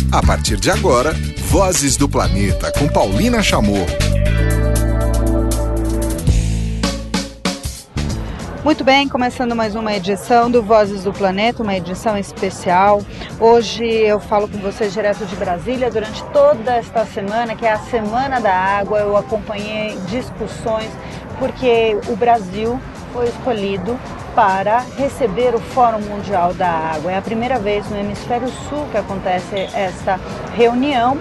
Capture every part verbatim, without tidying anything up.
A partir de agora, Vozes do Planeta, com Paulina Chamorro. Muito bem, começando mais uma edição do Vozes do Planeta, uma edição especial. Hoje eu falo com vocês direto de Brasília. Durante toda esta semana, que é a Semana da Água, eu acompanhei discussões, porque o Brasil foi escolhido para receber o Fórum Mundial da Água. É a primeira vez no Hemisfério Sul que acontece esta reunião.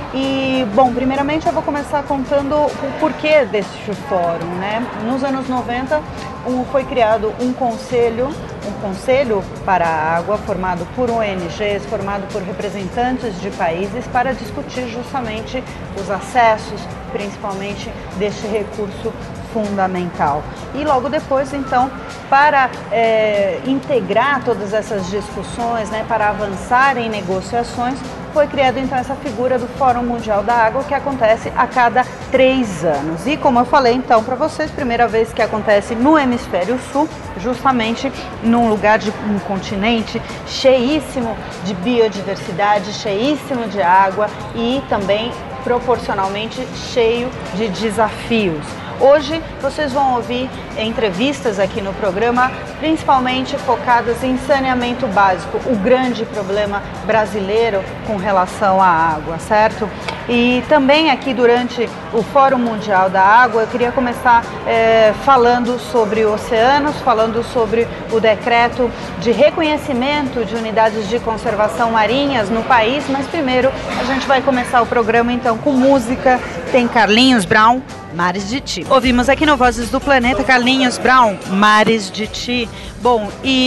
E, bom, primeiramente eu vou começar contando o porquê deste fórum, né? Nos anos noventa um, foi criado um conselho, um conselho para a água, formado por O N Gs, formado por representantes de países, para discutir justamente os acessos, principalmente deste recurso fundamental. E logo depois, então, para é, integrar todas essas discussões, né, para avançar em negociações, foi criada então essa figura do Fórum Mundial da Água, que acontece a cada três anos. E como eu falei então para vocês, primeira vez que acontece no Hemisfério Sul, justamente num lugar de um continente cheíssimo de biodiversidade, cheíssimo de água e também proporcionalmente cheio de desafios. Hoje vocês vão ouvir entrevistas aqui no programa, principalmente focadas em saneamento básico, o grande problema brasileiro com relação à água, certo? E também aqui durante o Fórum Mundial da Água, eu queria começar é, falando sobre oceanos, falando sobre o decreto de reconhecimento de unidades de conservação marinhas no país, mas primeiro a gente vai começar o programa então com música. Tem Carlinhos Brown, Mares de Ti. Ouvimos aqui no Vozes do Planeta Carlinhos Brown, Mares de Ti. Bom,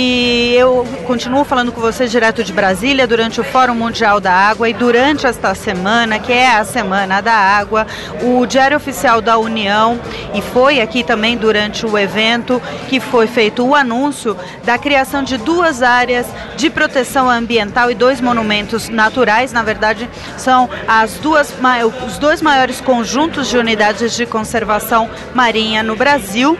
e eu continuo falando com vocês direto de Brasília durante o Fórum Mundial da Água e durante esta semana, que é a Semana da Água, o Diário Oficial da União, e foi aqui também durante o evento que foi feito o anúncio da criação de duas áreas de proteção ambiental e dois monumentos naturais. Na verdade, são as duas, os dois maiores conjuntos de unidades de conservação marinha no Brasil,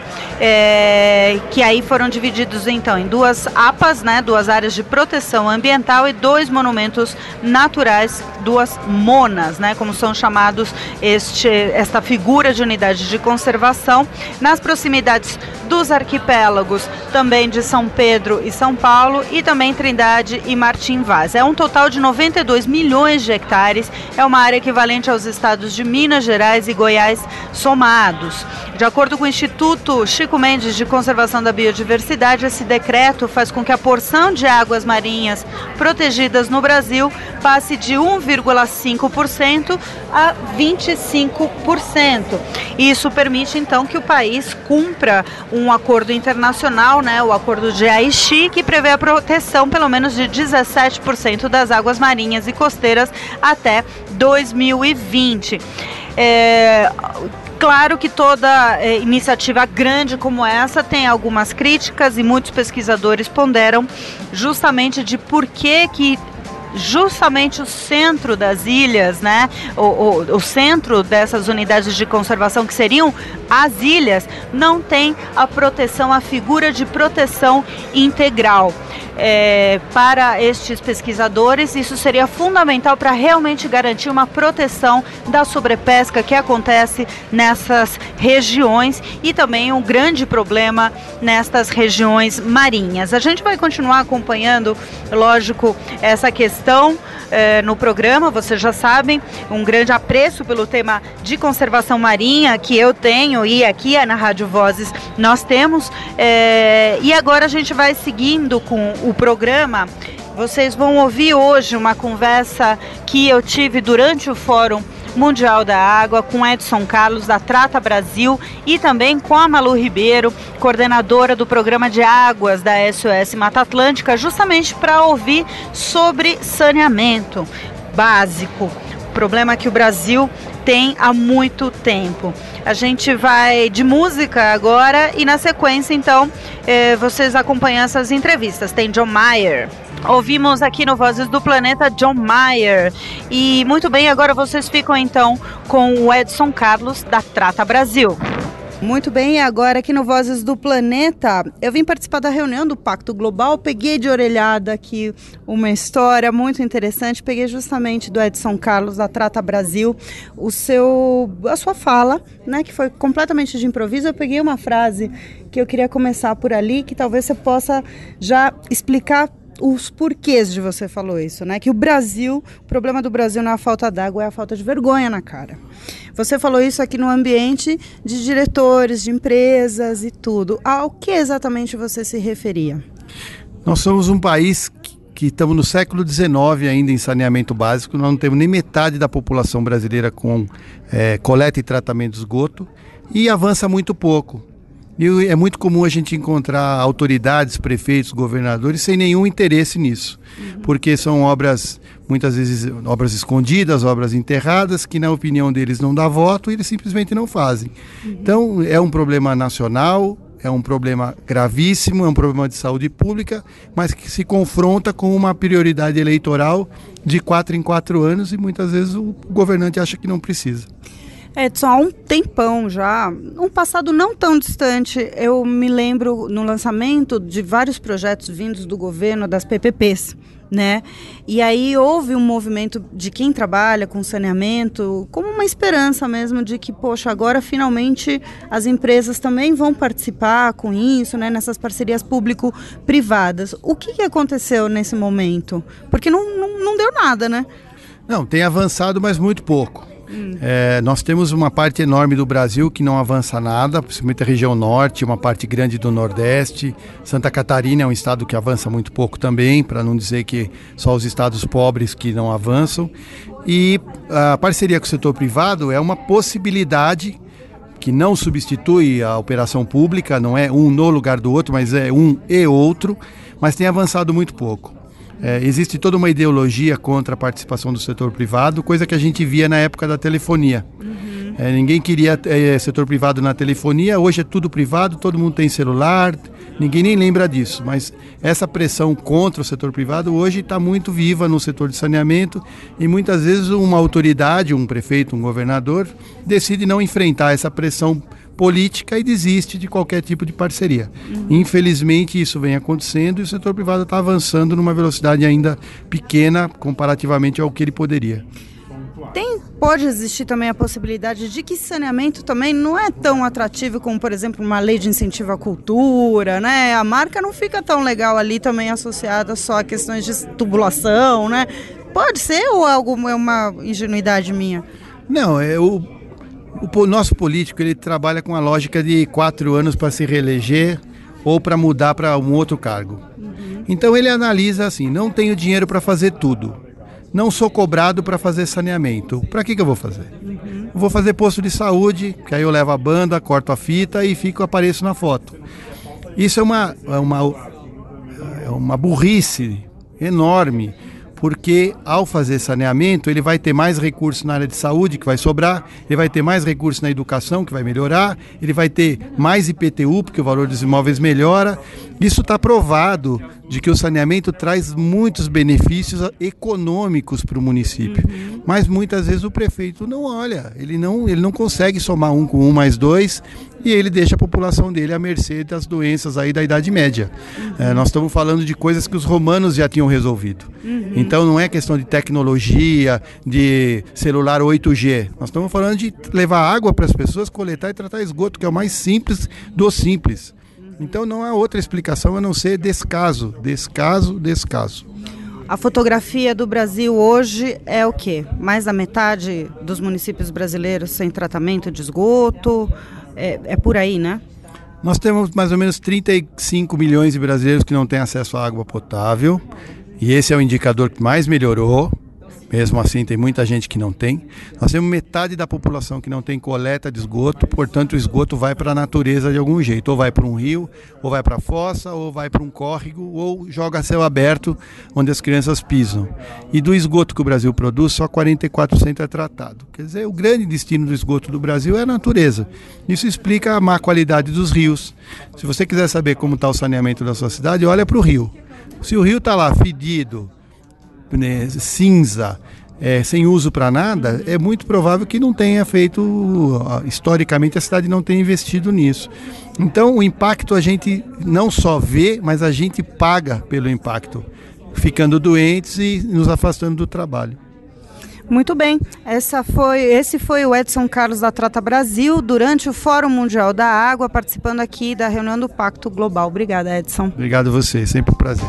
é, que aí foram divididos então em duas A P As, né, duas áreas de proteção ambiental e dois monumentos naturais, duas MONAs, né, como são chamados este, esta figura de unidade de conservação, nas proximidades dos arquipélagos também de São Pedro e São Paulo e também Trindade e Martim Vaz. É um total de noventa e dois milhões de hectares, é uma área equivalente aos estados de Minas Gerais e Goiás somados. De acordo com o Instituto Chico Mendes de Conservação da Biodiversidade, esse decreto faz com que a porção de águas marinhas protegidas no Brasil passe de um vírgula cinco por cento a vinte e cinco por cento. Isso permite então que o país cumpra um acordo internacional, né, o acordo de Aichi, que prevê a proteção pelo menos de dezessete por cento das águas marinhas e costeiras até dois mil e vinte. É, claro que toda é, iniciativa grande como essa tem algumas críticas e muitos pesquisadores ponderam justamente de por que que justamente o centro das ilhas, né, o, o, o centro dessas unidades de conservação, que seriam as ilhas, não tem a proteção, a figura de proteção integral. É, para estes pesquisadores, isso seria fundamental para realmente garantir uma proteção da sobrepesca que acontece nessas regiões e também um grande problema nestas regiões marinhas. A gente vai continuar acompanhando, lógico, essa questão é, no programa. Vocês já sabem, um grande apreço pelo tema de conservação marinha que eu tenho e aqui na Rádio Vozes nós temos, é, e agora a gente vai seguindo com o programa. Vocês vão ouvir hoje uma conversa que eu tive durante o Fórum Mundial da Água com Edson Carlos da Trata Brasil e também com a Malu Ribeiro, coordenadora do programa de águas da S O S Mata Atlântica, justamente para ouvir sobre saneamento básico, problema que o Brasil tem há muito tempo. A gente vai de música agora e na sequência então eh, vocês acompanham essas entrevistas. Tem John Mayer. Ouvimos aqui no Vozes do Planeta John Mayer. E muito bem, agora vocês ficam então com o Edson Carlos da Trata Brasil. Muito bem, e agora aqui no Vozes do Planeta, eu vim participar da reunião do Pacto Global, peguei de orelhada aqui uma história muito interessante, peguei justamente do Edson Carlos, da Trata Brasil, o seu, a sua fala, né, que foi completamente de improviso. Eu peguei uma frase que eu queria começar por ali, que talvez você possa já explicar os porquês de você falou isso, né? Que o Brasil, o problema do Brasil não é a falta d'água, é a falta de vergonha na cara. Você falou isso aqui no ambiente de diretores, de empresas e tudo. Ao que exatamente você se referia? Nós somos um país que, que estamos no século dezenove ainda em saneamento básico. Nós não temos nem metade da população brasileira com é, coleta e tratamento de esgoto e avança muito pouco. E é muito comum a gente encontrar autoridades, prefeitos, governadores sem nenhum interesse nisso, uhum. porque são obras, muitas vezes, obras escondidas, obras enterradas, que na opinião deles não dá voto e eles simplesmente não fazem. Uhum. Então é um problema nacional, é um problema gravíssimo, é um problema de saúde pública, mas que se confronta com uma prioridade eleitoral de quatro em quatro anos e muitas vezes o governante acha que não precisa. Edson, há um tempão já, um passado não tão distante, eu me lembro no lançamento de vários projetos vindos do governo, das P P Ps, né? E aí houve um movimento de quem trabalha com saneamento, como uma esperança mesmo de que, poxa, agora finalmente as empresas também vão participar com isso, né? Nessas parcerias público-privadas. O que, que aconteceu nesse momento? Porque não, não, não deu nada, né? Não, tem avançado, mas muito pouco. Hum. É, nós temos uma parte enorme do Brasil que não avança nada, principalmente a região norte, uma parte grande do nordeste. Santa Catarina é um estado que avança muito pouco também, para não dizer que só os estados pobres que não avançam. E a parceria com o setor privado é uma possibilidade que não substitui a operação pública, não é um no lugar do outro, mas é um e outro, mas tem avançado muito pouco. É, existe toda uma ideologia contra a participação do setor privado, coisa que a gente via na época da telefonia. Uhum. É, ninguém queria é, setor privado na telefonia, hoje é tudo privado, todo mundo tem celular, ninguém nem lembra disso. Mas essa pressão contra o setor privado hoje está muito viva no setor de saneamento e muitas vezes uma autoridade, um prefeito, um governador, decide não enfrentar essa pressão política e desiste de qualquer tipo de parceria. Uhum. Infelizmente isso vem acontecendo e o setor privado está avançando numa velocidade ainda pequena comparativamente ao que ele poderia. Tem, pode existir também a possibilidade de que saneamento também não é tão atrativo como, por exemplo, uma lei de incentivo à cultura, né? A marca não fica tão legal ali também associada só a questões de tubulação, né? Pode ser ou é, algo, é uma ingenuidade minha? Não, é o O nosso político ele trabalha com a lógica de quatro anos para se reeleger ou para mudar para um outro cargo. Uhum. Então ele analisa assim, não tenho dinheiro para fazer tudo, não sou cobrado para fazer saneamento, para que, que eu vou fazer? Uhum. Eu vou fazer posto de saúde, que aí eu levo a banda, corto a fita e fico, apareço na foto. Isso é uma, é uma, é uma burrice enorme. Porque ao fazer saneamento, ele vai ter mais recursos na área de saúde, que vai sobrar, ele vai ter mais recursos na educação, que vai melhorar, ele vai ter mais I P T U, porque o valor dos imóveis melhora. Isso está provado de que o saneamento traz muitos benefícios econômicos para o município. Uhum. Mas muitas vezes o prefeito não olha, ele não, ele não consegue somar um com um mais dois e ele deixa a população dele à mercê das doenças aí da Idade Média. Uhum. É, nós estamos falando de coisas que os romanos já tinham resolvido. Uhum. Então não é questão de tecnologia, de celular oito G. Nós estamos falando de levar água para as pessoas, coletar e tratar esgoto, que é o mais simples do simples. Então não há outra explicação a não ser descaso, descaso, descaso. A fotografia do Brasil hoje é o quê? Mais da metade dos municípios brasileiros sem tratamento de esgoto? É, é por aí, né? Nós temos mais ou menos trinta e cinco milhões de brasileiros que não têm acesso à água potável. E esse é o indicador que mais melhorou. Mesmo assim, tem muita gente que não tem. Nós temos metade da população que não tem coleta de esgoto, portanto, o esgoto vai para a natureza de algum jeito. Ou vai para um rio, ou vai para a fossa, ou vai para um córrego, ou joga a céu aberto, onde as crianças pisam. E do esgoto que o Brasil produz, só quarenta e quatro por cento é tratado. Quer dizer, o grande destino do esgoto do Brasil é a natureza. Isso explica a má qualidade dos rios. Se você quiser saber como está o saneamento da sua cidade, olha para o rio. Se o rio está lá fedido, cinza, é, sem uso para nada, é muito provável que não tenha feito, historicamente a cidade não tenha investido nisso. Então o impacto a gente não só vê, mas a gente paga pelo impacto, ficando doentes e nos afastando do trabalho. Muito bem, Essa foi, esse foi o Edson Carlos da Trata Brasil durante o Fórum Mundial da Água, participando aqui da reunião do Pacto Global. Obrigada, Edson. Obrigado a você, sempre um prazer.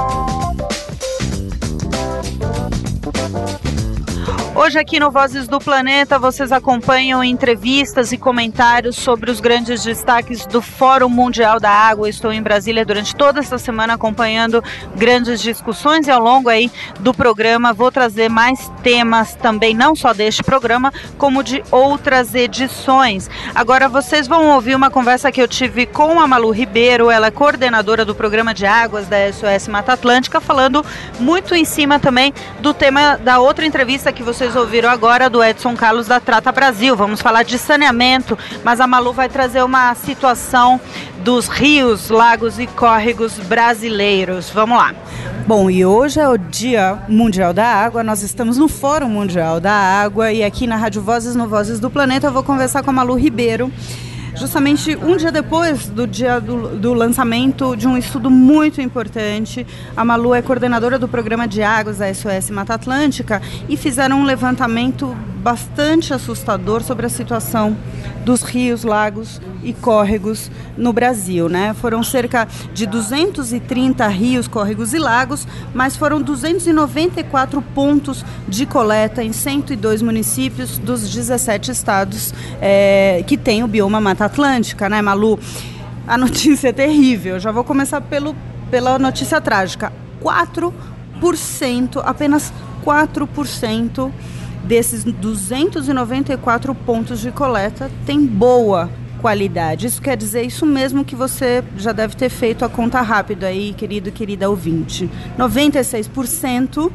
Hoje aqui no Vozes do Planeta vocês acompanham entrevistas e comentários sobre os grandes destaques do Fórum Mundial da Água. Estou em Brasília durante toda essa semana acompanhando grandes discussões e ao longo aí do programa vou trazer mais temas também, não só deste programa, como de outras edições. Agora vocês vão ouvir uma conversa que eu tive com a Malu Ribeiro, ela é coordenadora do Programa de Águas da S O S Mata Atlântica, falando muito em cima também do tema da outra entrevista que vocês Vocês ouviram agora do Edson Carlos da Trata Brasil. Vamos falar de saneamento, mas a Malu vai trazer uma situação dos rios, lagos e córregos brasileiros. Vamos lá. Bom, e hoje é o Dia Mundial da Água, nós estamos no Fórum Mundial da Água e aqui na Rádio Vozes, no Vozes do Planeta, eu vou conversar com a Malu Ribeiro, justamente um dia depois do dia do, do lançamento de um estudo muito importante. A Malu é coordenadora do Programa de Águas da S O S Mata Atlântica e fizeram um levantamento bastante assustador sobre a situação dos rios, lagos e córregos no Brasil, né? Foram cerca de duzentos e trinta rios, córregos e lagos, mas foram duzentos e noventa e quatro pontos de coleta em cento e dois municípios dos dezessete estados é, que tem o bioma Mata Atlântica, né, Malu? A notícia é terrível. Já vou começar pelo, pela notícia trágica. quatro por cento, apenas quatro por cento desses duzentos e noventa e quatro pontos de coleta tem boa qualidade. Isso quer dizer isso mesmo que você já deve ter feito a conta rápida aí, querido e querida ouvinte. noventa e seis por cento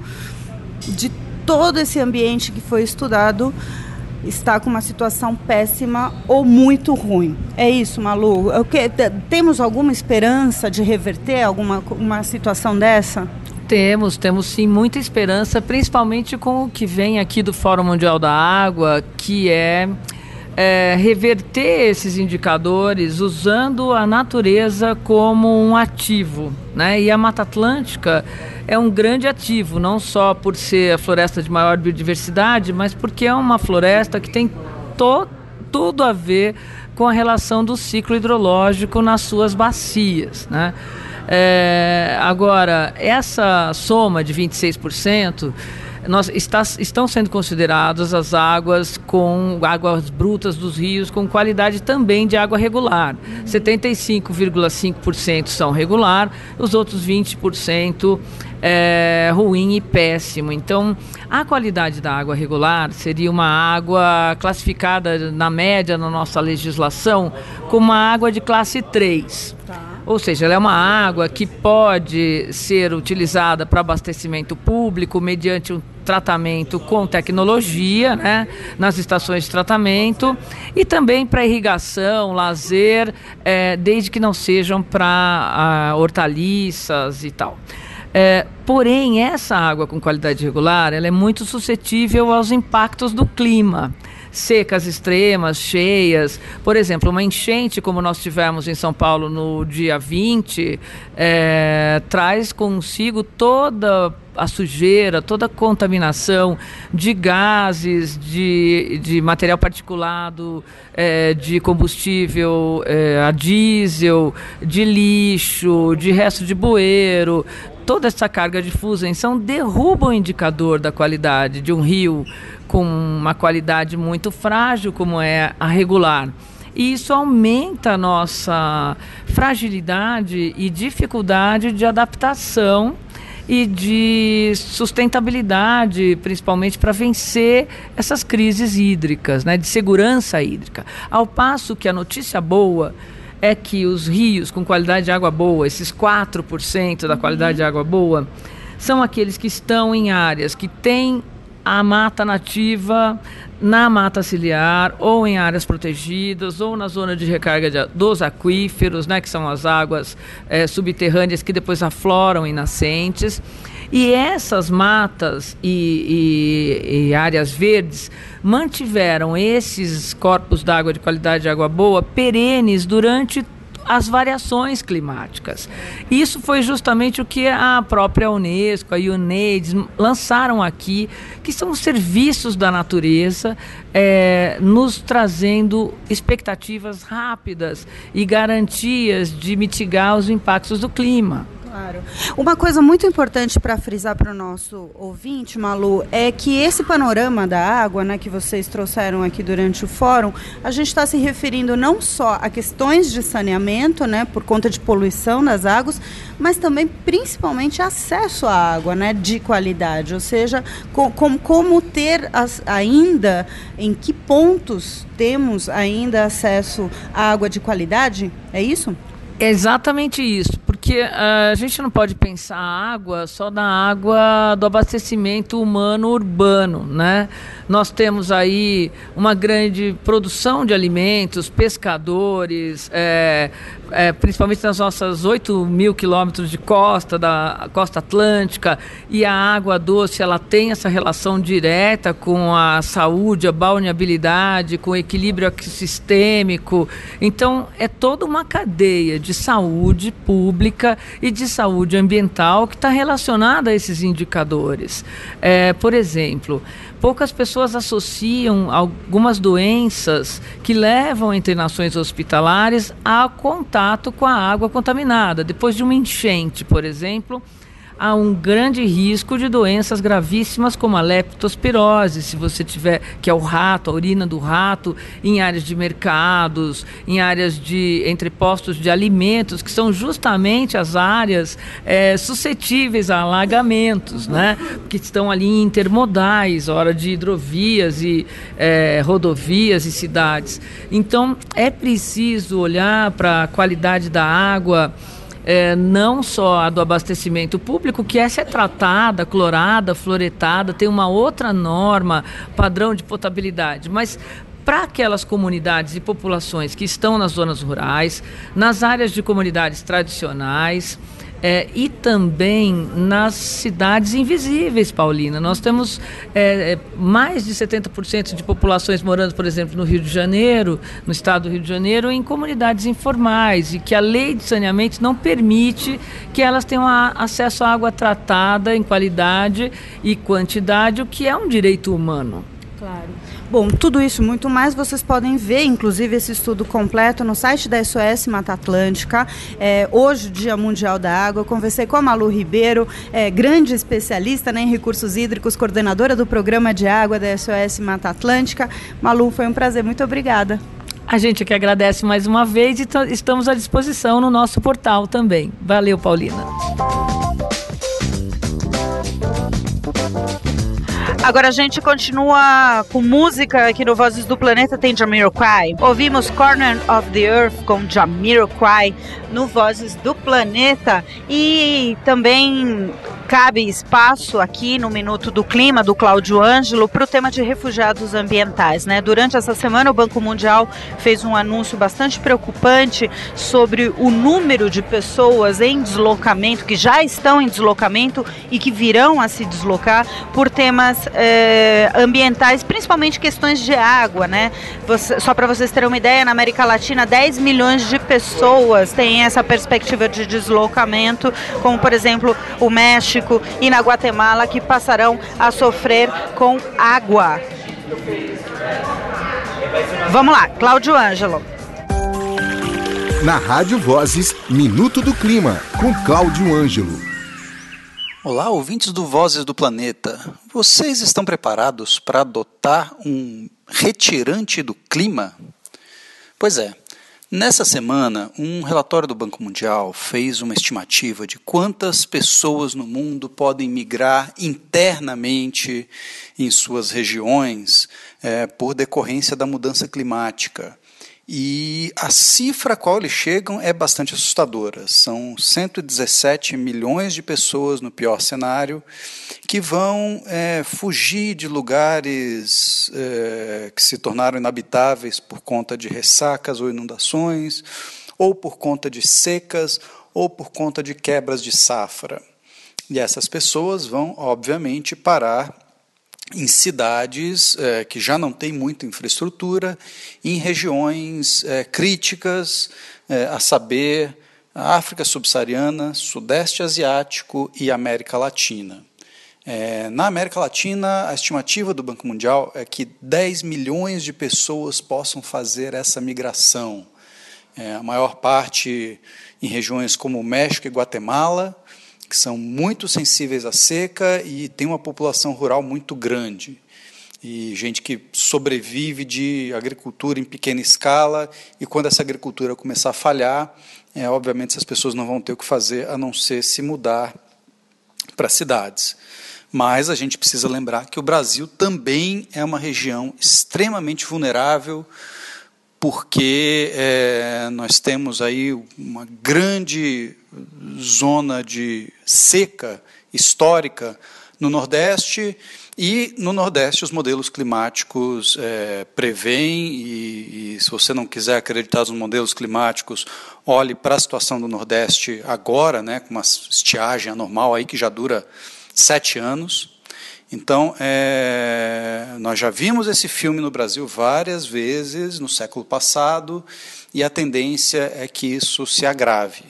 de todo esse ambiente que foi estudado está com uma situação péssima ou muito ruim. É isso, Malu? O que, temos alguma esperança de reverter alguma uma situação dessa? Temos, temos sim muita esperança, principalmente com o que vem aqui do Fórum Mundial da Água, que é, é reverter esses indicadores usando a natureza como um ativo, né? E a Mata Atlântica é um grande ativo, não só por ser a floresta de maior biodiversidade, mas porque é uma floresta que tem to, tudo a ver com a relação do ciclo hidrológico nas suas bacias, né? É, agora, essa soma de vinte e seis por cento, nós, está, estão sendo consideradas as águas com águas brutas dos rios com qualidade também de água regular. setenta e cinco vírgula cinco por cento são regular, os outros vinte por cento é ruim e péssimo. Então, a qualidade da água regular seria uma água classificada na média na nossa legislação como uma água de classe três. Tá. Ou seja, ela é uma água que pode ser utilizada para abastecimento público mediante um tratamento com tecnologia, né, nas estações de tratamento e também para irrigação, lazer, é, desde que não sejam para hortaliças e tal. É, porém, essa água com qualidade regular, ela é muito suscetível aos impactos do clima. Secas extremas, cheias, por exemplo, uma enchente como nós tivemos em São Paulo no dia vinte, é, traz consigo toda a sujeira, toda a contaminação de gases, de, de material particulado, é, de combustível é, a diesel, de lixo, de resto de bueiro. Toda essa carga de fusão derruba o indicador da qualidade de um rio com uma qualidade muito frágil, como é a regular. E isso aumenta a nossa fragilidade e dificuldade de adaptação e de sustentabilidade, principalmente para vencer essas crises hídricas, né, de segurança hídrica. Ao passo que a notícia boa é que os rios com qualidade de água boa, esses quatro por cento da qualidade de água boa, são aqueles que estão em áreas que têm a mata nativa na mata ciliar, ou em áreas protegidas, ou na zona de recarga de, dos aquíferos, né, que são as águas é, subterrâneas que depois afloram em nascentes. E essas matas e, e, e áreas verdes mantiveram esses corpos d'água de qualidade de água boa perenes durante as variações climáticas. Isso foi justamente o que a própria Unesco, a UNAIDS, lançaram aqui, que são os serviços da natureza, é, nos trazendo expectativas rápidas e garantias de mitigar os impactos do clima. Claro. Uma coisa muito importante para frisar para o nosso ouvinte, Malu, é que esse panorama da água, né, que vocês trouxeram aqui durante o fórum, a gente está se referindo não só a questões de saneamento, né, por conta de poluição das águas, mas também principalmente acesso à água, né, de qualidade, ou seja, com, com, como ter as, ainda, em que pontos temos ainda acesso à água de qualidade, é isso? É exatamente isso, porque uh, a gente não pode pensar a água só na água do abastecimento humano urbano, né? Nós temos aí uma grande produção de alimentos, pescadores, é, é, principalmente nas nossas oito mil quilômetros de costa, da costa atlântica, e a água doce, ela tem essa relação direta com a saúde, a balneabilidade, com o equilíbrio ecossistêmico. Então, é toda uma cadeia de de saúde pública e de saúde ambiental que está relacionada a esses indicadores. É, por exemplo, poucas pessoas associam algumas doenças que levam a internações hospitalares a contato com a água contaminada. Depois de uma enchente, por exemplo, há um grande risco de doenças gravíssimas como a leptospirose, se você tiver, que é o rato, a urina do rato, em áreas de mercados, em áreas de entrepostos de alimentos, que são justamente as áreas é, suscetíveis a alagamentos, né? Que estão ali intermodais, hora de hidrovias e é, rodovias e cidades. Então, é preciso olhar para a qualidade da água, É, não só a do abastecimento público, que essa é tratada, clorada, fluoretada, tem uma outra norma, padrão de potabilidade, mas para aquelas comunidades e populações que estão nas zonas rurais, nas áreas de comunidades tradicionais, É, e também nas cidades invisíveis, Paulina. Nós temos é, mais de setenta por cento de populações morando, por exemplo, no Rio de Janeiro, no estado do Rio de Janeiro, em comunidades informais, e que a lei de saneamento não permite que elas tenham a, acesso à água tratada em qualidade e quantidade, o que é um direito humano. Claro. Bom, tudo isso muito mais vocês podem ver, inclusive esse estudo completo no site da S O S Mata Atlântica. É, hoje, Dia Mundial da Água, eu conversei com a Malu Ribeiro, é, grande especialista, né, em recursos hídricos, coordenadora do Programa de Água da S O S Mata Atlântica. Malu, foi um prazer, muito obrigada. A gente que agradece mais uma vez e estamos à disposição no nosso portal também. Valeu, Paulina. Agora a gente continua com música aqui no Vozes do Planeta, tem Jamiroquai. Ouvimos Corner of the Earth com Jamiroquai no Vozes do Planeta. E também cabe espaço aqui no Minuto do Clima, do Cláudio Ângelo, para o tema de refugiados ambientais, né? Durante essa semana, o Banco Mundial fez um anúncio bastante preocupante sobre o número de pessoas em deslocamento, que já estão em deslocamento e que virão a se deslocar por temas eh, ambientais, principalmente questões de água, né? Você, só para vocês terem uma ideia, na América Latina, dez milhões de pessoas têm essa perspectiva de deslocamento, como, por exemplo, o México e na Guatemala, que passarão a sofrer com água. Vamos lá, Cláudio Ângelo. Na Rádio Vozes, Minuto do Clima, com Cláudio Ângelo. Olá, ouvintes do Vozes do Planeta. Vocês estão preparados para adotar um retirante do clima? Pois é. Nessa semana, um relatório do Banco Mundial fez uma estimativa de quantas pessoas no mundo podem migrar internamente em suas regiões é, por decorrência da mudança climática. E a cifra a qual eles chegam é bastante assustadora. São cento e dezessete milhões de pessoas, no pior cenário, que vão é, fugir de lugares é, que se tornaram inabitáveis por conta de ressacas ou inundações, ou por conta de secas, ou por conta de quebras de safra. E essas pessoas vão, obviamente, parar em cidades é, que já não têm muita infraestrutura, em regiões é, críticas, é, a saber, a África subsaariana, Sudeste Asiático e América Latina. É, na América Latina, a estimativa do Banco Mundial é que dez milhões de pessoas possam fazer essa migração. É, a maior parte em regiões como México e Guatemala, que são muito sensíveis à seca e tem uma população rural muito grande. E gente que sobrevive de agricultura em pequena escala, e quando essa agricultura começar a falhar, é, obviamente essas pessoas não vão ter o que fazer a não ser se mudar para cidades. Mas a gente precisa lembrar que o Brasil também é uma região extremamente vulnerável, porque é, nós temos aí uma grande zona de seca histórica no Nordeste, e no Nordeste os modelos climáticos é, prevêem, e, e se você não quiser acreditar nos modelos climáticos, olhe para a situação do Nordeste agora, né, com uma estiagem anormal aí que já dura sete anos. Então, é, nós já vimos esse filme no Brasil várias vezes no século passado, e a tendência é que isso se agrave.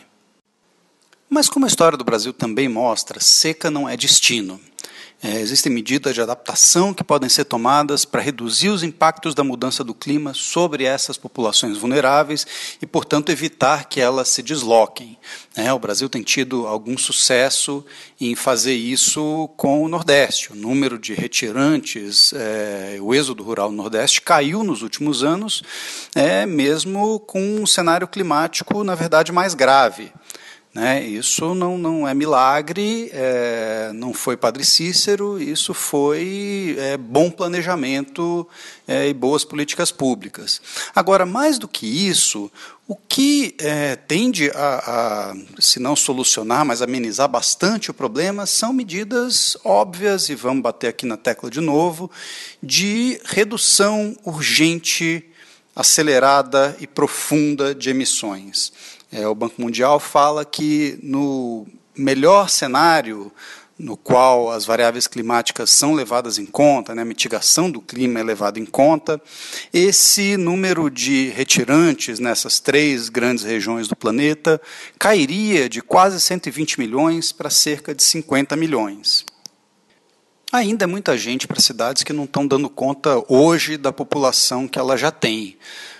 Mas, como a história do Brasil também mostra, seca não é destino. É, existem medidas de adaptação que podem ser tomadas para reduzir os impactos da mudança do clima sobre essas populações vulneráveis e, portanto, evitar que elas se desloquem. É, o Brasil tem tido algum sucesso em fazer isso com o Nordeste. O número de retirantes, é, o êxodo rural no Nordeste caiu nos últimos anos, é, mesmo com um cenário climático, na verdade, mais grave. Né, isso não, não é milagre, é, não foi Padre Cícero, isso foi é, bom planejamento é, e boas políticas públicas. Agora, mais do que isso, o que é, tende a, a, se não solucionar, mas amenizar bastante o problema, são medidas óbvias, e vamos bater aqui na tecla de novo, de redução urgente, acelerada e profunda de emissões. É, o Banco Mundial fala que, no melhor cenário, no qual as variáveis climáticas são levadas em conta, né, a mitigação do clima é levada em conta, esse número de retirantes nessas três grandes regiões do planeta cairia de quase cento e vinte milhões para cerca de cinquenta milhões. Ainda é muita gente para cidades que não estão dando conta hoje da população que ela já tem.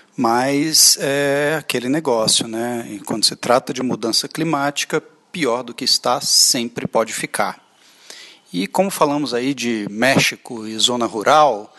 Mas é aquele negócio, né? E quando se trata de mudança climática, pior do que está sempre pode ficar. E como falamos aí de México e zona rural,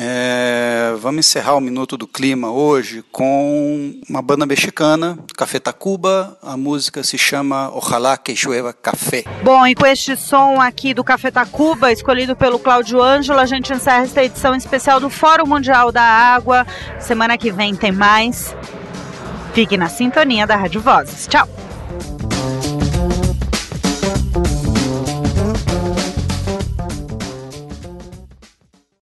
é, vamos encerrar o Minuto do Clima hoje com uma banda mexicana, Café Tacuba. A música se chama Ojalá que llueva café. Bom, e com este som aqui do Café Tacuba, escolhido pelo Cláudio Ângelo, a gente encerra esta edição especial do Fórum Mundial da Água. Semana que vem tem mais. Fique na sintonia da Rádio Vozes. Tchau!